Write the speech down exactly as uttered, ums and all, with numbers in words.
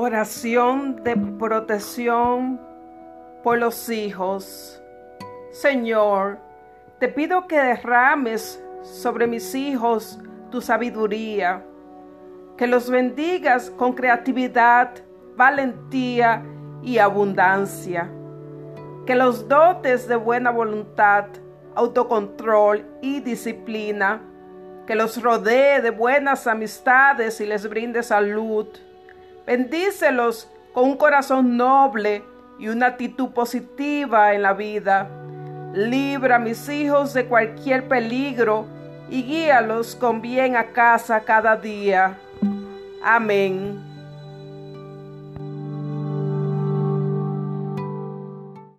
Oración de protección por los hijos. Señor, te pido que derrames sobre mis hijos tu sabiduría, que los bendigas con creatividad, valentía y abundancia, que los dotes de buena voluntad, autocontrol y disciplina, que los rodee de buenas amistades y les brinde salud. Bendícelos con un corazón noble y una actitud positiva en la vida. Libra a mis hijos de cualquier peligro y guíalos con bien a casa cada día. Amén.